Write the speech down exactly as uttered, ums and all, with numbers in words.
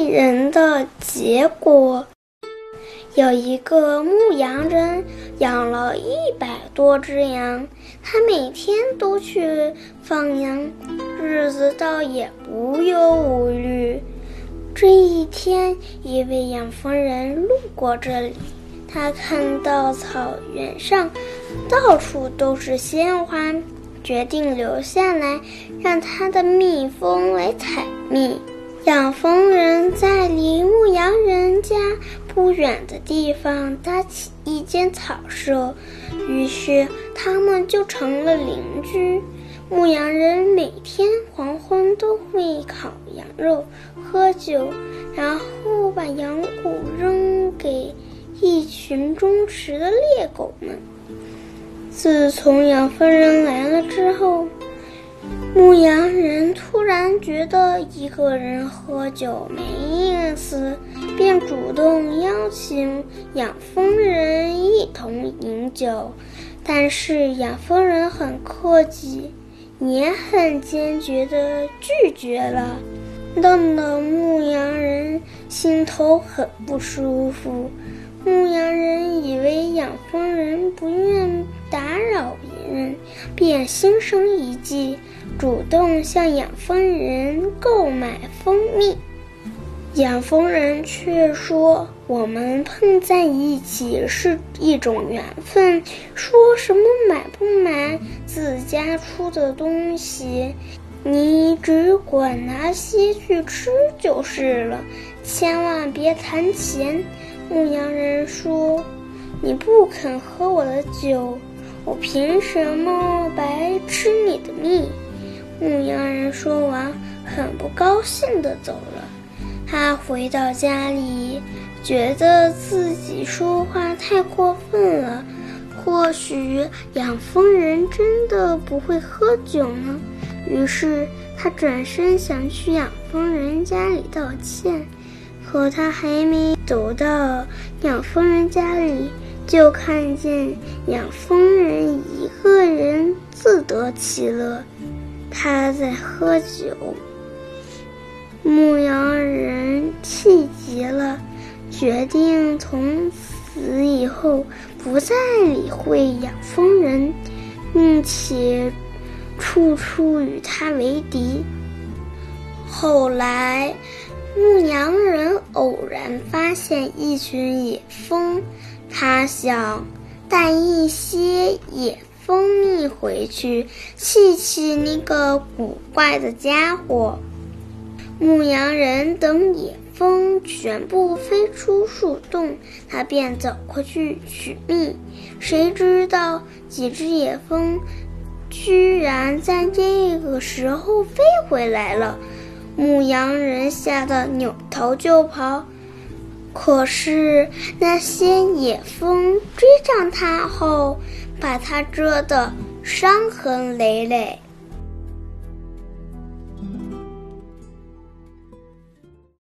气人的结果。有一个牧羊人养了一百多只羊，他每天都去放羊，日子倒也无忧无虑。这一天，一位养蜂人路过这里，他看到草原上到处都是鲜花，决定留下来，让他的蜜蜂来采蜜。养蜂人在离牧羊人家不远的地方搭起一间草舍，于是他们就成了邻居。牧羊人每天黄昏都会烤羊肉、喝酒，然后把羊骨扔给一群忠实的猎狗们。自从养蜂人来了之后，牧羊人突然觉得一个人喝酒没意思，便主动邀请养蜂人一同饮酒。但是养蜂人很客气，也很坚决地拒绝了，弄得牧羊人心头很不舒服。牧羊人以为养蜂人不愿打扰别人，便心生一计，主动向养蜂人购买蜂蜜。养蜂人却说，我们碰在一起是一种缘分，说什么买不买自家出的东西，你只管拿些去吃就是了，千万别谈钱。牧羊人说，你不肯喝我的酒，我凭什么白吃你的蜜？牧羊人说完，很不高兴地走了。他回到家里，觉得自己说话太过分了，或许养蜂人真的不会喝酒呢。于是他转身想去养蜂人家里道歉，可他还没走到养蜂人家里，就看见养蜂人一个人自得其乐，他在喝酒。牧羊人气急了，决定从此以后不再理会养蜂人，并且处处与他为敌。后来牧羊人偶然发现一群野蜂，他想带一些野蜂蜜回去气气那个古怪的家伙。牧羊人等野蜂全部飞出树洞，他便走过去取蜜，谁知道几只野蜂居然在这个时候飞回来了。牧羊人吓得扭头就跑，可是那些野蜂追上他后，把他蛰得伤痕累累。